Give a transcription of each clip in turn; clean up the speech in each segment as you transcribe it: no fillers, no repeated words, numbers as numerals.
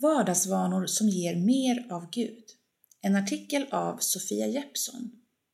Vardagsvanor som ger mer av Gud. En artikel av Sofia Jeppsson.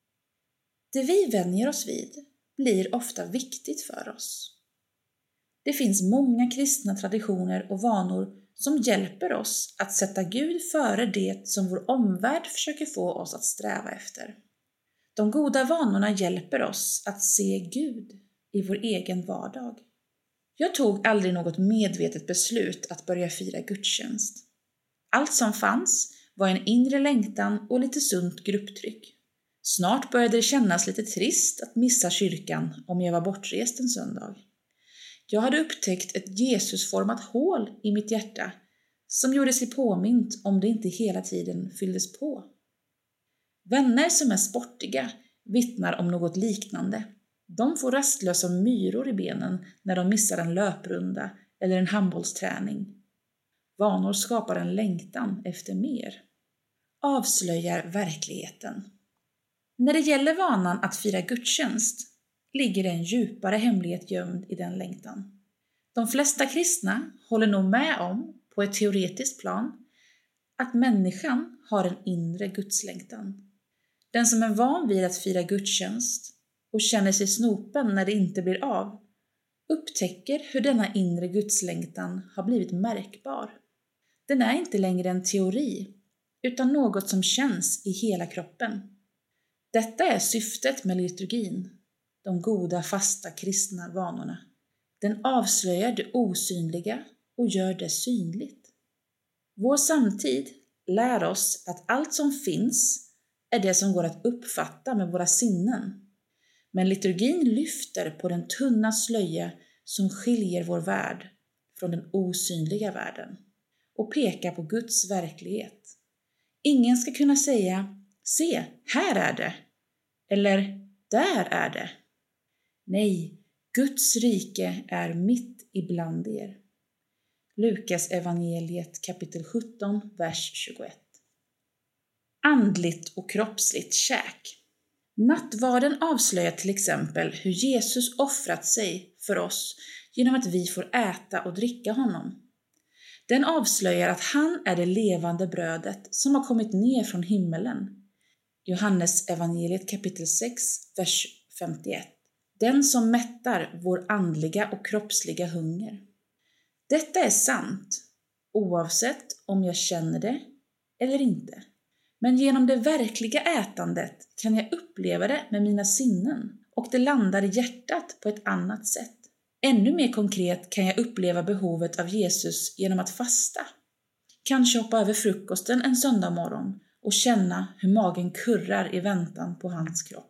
Det vi vänjer oss vid blir ofta viktigt för oss. Det finns många kristna traditioner och vanor som hjälper oss att sätta Gud före det som vår omvärld försöker få oss att sträva efter. De goda vanorna hjälper oss att se Gud i vår egen vardag. Jag tog aldrig något medvetet beslut att börja fira gudstjänst. Allt som fanns var en inre längtan och lite sunt grupptryck. Snart började det kännas lite trist att missa kyrkan om jag var bortrest en söndag. Jag hade upptäckt ett Jesusformat hål i mitt hjärta som gjorde sig påmint om det inte hela tiden fylldes på. Vänner som är sportiga vittnar om något liknande. De får rastlösa myror i benen när de missar en löprunda eller en handbollsträning. Vanor skapar en längtan efter mer. Avslöjar verkligheten. När det gäller vanan att fira gudstjänst ligger det en djupare hemlighet gömd i den längtan. De flesta kristna håller nog med om, på ett teoretiskt plan, att människan har en inre gudslängtan. Den som är van vid att fira gudstjänst och känner sig snopen när det inte blir av, upptäcker hur denna inre gudslängtan har blivit märkbar. Den är inte längre en teori, utan något som känns i hela kroppen. Detta är syftet med liturgin, de goda fasta kristna vanorna. Den avslöjar det osynliga och gör det synligt. Vår samtid lär oss att allt som finns är det som går att uppfatta med våra sinnen. Men liturgin lyfter på den tunna slöja som skiljer vår värld från den osynliga världen och pekar på Guds verklighet. Ingen ska kunna säga, se, här är det, eller där är det. Nej, Guds rike är mitt ibland er. Lukas evangeliet kapitel 17, vers 21. Andligt och kroppsligt käk. Nattvarden avslöjar till exempel hur Jesus offrat sig för oss genom att vi får äta och dricka honom. Den avslöjar att han är det levande brödet som har kommit ner från himmelen. Johannes evangeliet kapitel 6, vers 51. Den som mättar vår andliga och kroppsliga hunger. Detta är sant, oavsett om jag känner det eller inte. Men genom det verkliga ätandet kan jag uppleva det med mina sinnen och det landar i hjärtat på ett annat sätt. Ännu mer konkret kan jag uppleva behovet av Jesus genom att fasta. Kanske hoppa över frukosten en söndag morgon och känna hur magen kurrar i väntan på hans kropp.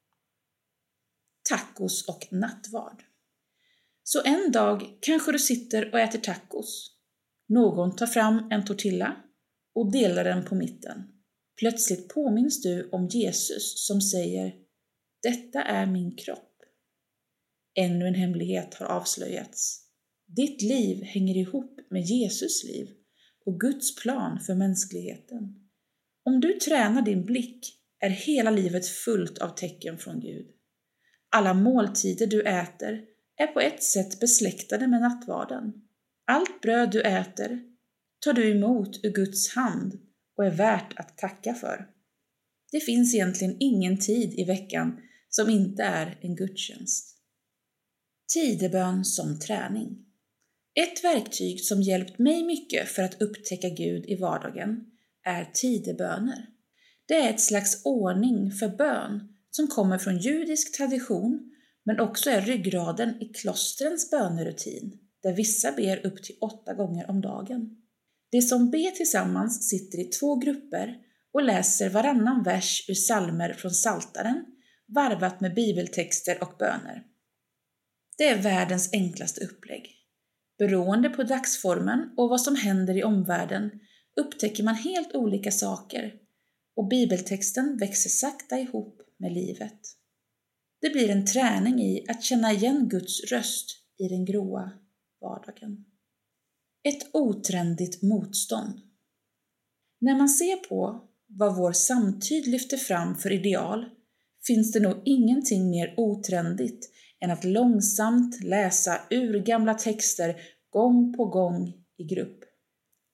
Tacos och nattvard. Så en dag kanske du sitter och äter tacos. Någon tar fram en tortilla och delar den på mitten. Plötsligt påminns du om Jesus som säger, detta är min kropp. Ännu en hemlighet har avslöjats. Ditt liv hänger ihop med Jesus liv och Guds plan för mänskligheten. Om du tränar din blick är hela livet fullt av tecken från Gud. Alla måltider du äter är på ett sätt besläktade med nattvarden. Allt bröd du äter tar du emot ur Guds hand och är värt att tacka för. Det finns egentligen ingen tid i veckan som inte är en gudstjänst. Tidebön som träning. Ett verktyg som hjälpt mig mycket för att upptäcka Gud i vardagen är tideböner. Det är ett slags ordning för bön som kommer från judisk tradition men också är ryggraden i klostrens bönerutin där vissa ber upp till 8 gånger om dagen. De som ber tillsammans sitter i 2 grupper och läser varannan vers ur psalmer från Psaltaren varvat med bibeltexter och böner. Det är världens enklaste upplägg. Beroende på dagsformen och vad som händer i omvärlden upptäcker man helt olika saker och bibeltexten växer sakta ihop med livet. Det blir en träning i att känna igen Guds röst i den gråa vardagen. Ett otrendigt motstånd. När man ser på vad vår samtid lyfter fram för ideal finns det nog ingenting mer otrendigt än att långsamt läsa urgamla texter gång på gång i grupp.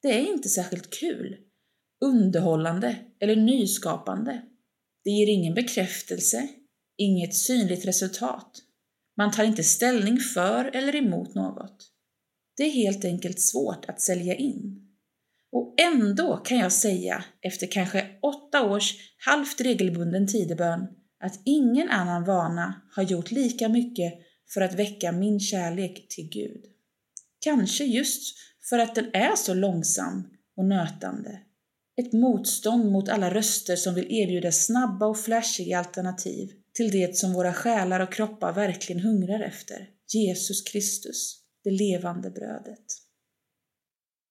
Det är inte särskilt kul, underhållande eller nyskapande. Det ger ingen bekräftelse, inget synligt resultat. Man tar inte ställning för eller emot något. Det är helt enkelt svårt att sälja in. Och ändå kan jag säga, efter kanske 8 års halvt regelbunden tidebön, att ingen annan vana har gjort lika mycket för att väcka min kärlek till Gud. Kanske just för att den är så långsam och nötande. Ett motstånd mot alla röster som vill erbjuda snabba och flashiga alternativ till det som våra själar och kroppar verkligen hungrar efter. Jesus Kristus, det levande brödet.